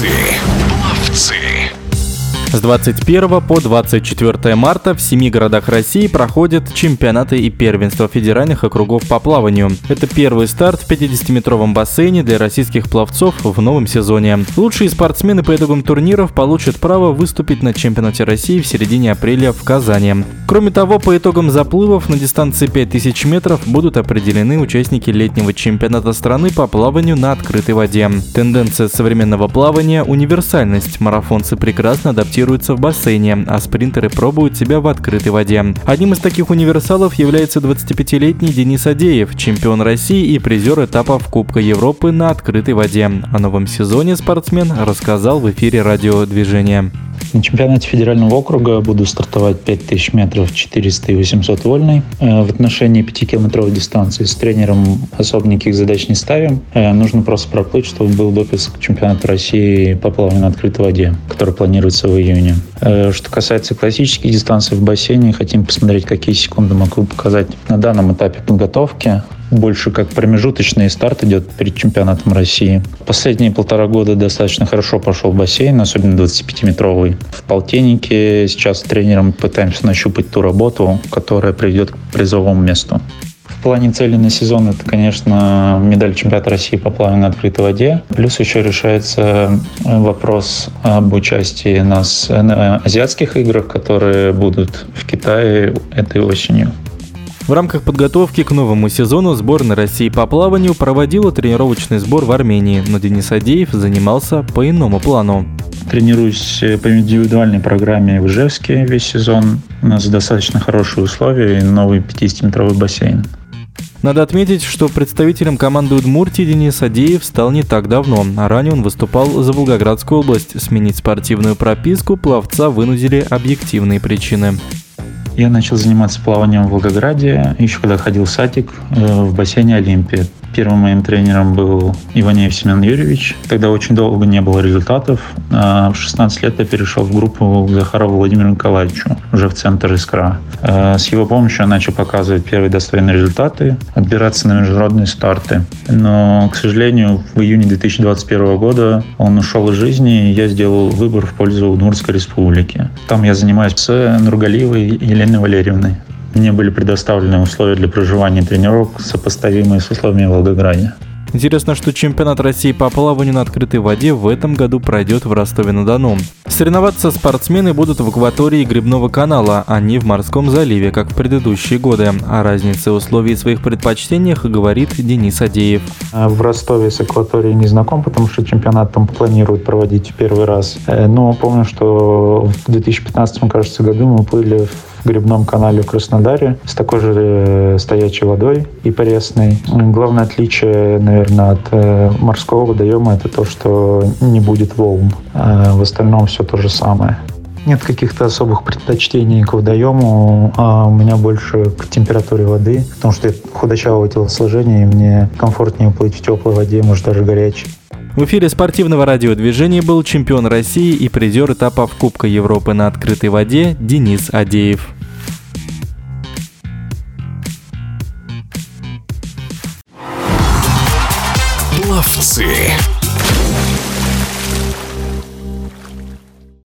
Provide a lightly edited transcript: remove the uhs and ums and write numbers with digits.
Пловцы. С 21 по 24 марта в 7 городах России проходят чемпионаты и первенства федеральных округов по плаванию. Это первый старт в 50-метровом бассейне для российских пловцов в новом сезоне. Лучшие спортсмены по итогам турниров получат право выступить на чемпионате России в середине апреля в Казани. Кроме того, по итогам заплывов на дистанции 5000 метров будут определены участники летнего чемпионата страны по плаванию на открытой воде. Тенденция современного плавания – универсальность. Марафонцы прекрасно адаптируются в бассейне, а спринтеры пробуют себя в открытой воде. Одним из таких универсалов является 25-летний Денис Адеев, чемпион России и призер этапов Кубка Европы на открытой воде. О новом сезоне спортсмен рассказал в эфире радиодвижения. На чемпионате федерального округа буду стартовать 5000 метров, 400 и 800 вольной. В отношении 5-километровой дистанции с тренером особо никаких задач не ставим. Нужно просто проплыть, чтобы был допуск к чемпионату России по плаванию на открытой воде, который планируется в июне. Что касается классических дистанций в бассейне, хотим посмотреть, какие секунды могу показать на данном этапе подготовки. Больше как промежуточный старт идет перед чемпионатом России. Последние 1,5 года достаточно хорошо пошел бассейн, особенно 25-метровый. В полтиннике сейчас с тренером пытаемся нащупать ту работу, которая приведет к призовому месту. В плане цели на сезон это, конечно, медаль чемпионата России по плаванию на открытой воде. Плюс еще решается вопрос об участии нас на азиатских играх, которые будут в Китае этой осенью. В рамках подготовки к новому сезону сборная России по плаванию проводила тренировочный сбор в Армении, но Денис Адеев занимался по иному плану. Тренируюсь по индивидуальной программе в Ижевске весь сезон. У нас достаточно хорошие условия и новый 50-метровый бассейн. Надо отметить, что представителем команды Удмуртии Денис Адеев стал не так давно, а ранее он выступал за Волгоградскую область. Сменить спортивную прописку пловца вынудили объективные причины. Я начал заниматься плаванием в Волгограде, еще когда ходил в садик в бассейне «Олимпия». Первым моим тренером был Иванеев Семен Юрьевич. Тогда очень долго не было результатов. В 16 лет я перешел в группу к Захарову Владимиру Николаевичу, уже в центр «Искра». С его помощью я начал показывать первые достойные результаты, отбираться на международные старты. Но, к сожалению, в июне 2021 года он ушел из жизни, и я сделал выбор в пользу Удмуртской республики. Там я занимаюсь с Нургалиевой Еленой Валерьевной. Мне были предоставлены условия для проживания и тренировок, сопоставимые с условиями в Волгограде. Интересно, что чемпионат России по плаванию на открытой воде в этом году пройдет в Ростове-на-Дону. Соревноваться спортсмены будут в акватории Грибного канала, а не в Морском заливе, как в предыдущие годы. О разнице условий и своих предпочтениях говорит Денис Адеев. В Ростове с акваторией не знаком, потому что чемпионат там планируют проводить в первый раз. Но помню, что в 2015, кажется, году мы плыли в Грибном канале в Краснодаре с такой же стоячей водой и пресной. Главное отличие, наверное, от морского водоема — это то, что не будет волн. А в остальном все то же самое. Нет каких-то особых предпочтений к водоему, а у меня больше к температуре воды, потому что я худощавого телосложения, и мне комфортнее плыть в теплой воде, может даже горячей. В эфире спортивного радиодвижения был чемпион России и призер этапов Кубка Европы на открытой воде Денис Адеев. Пловцы.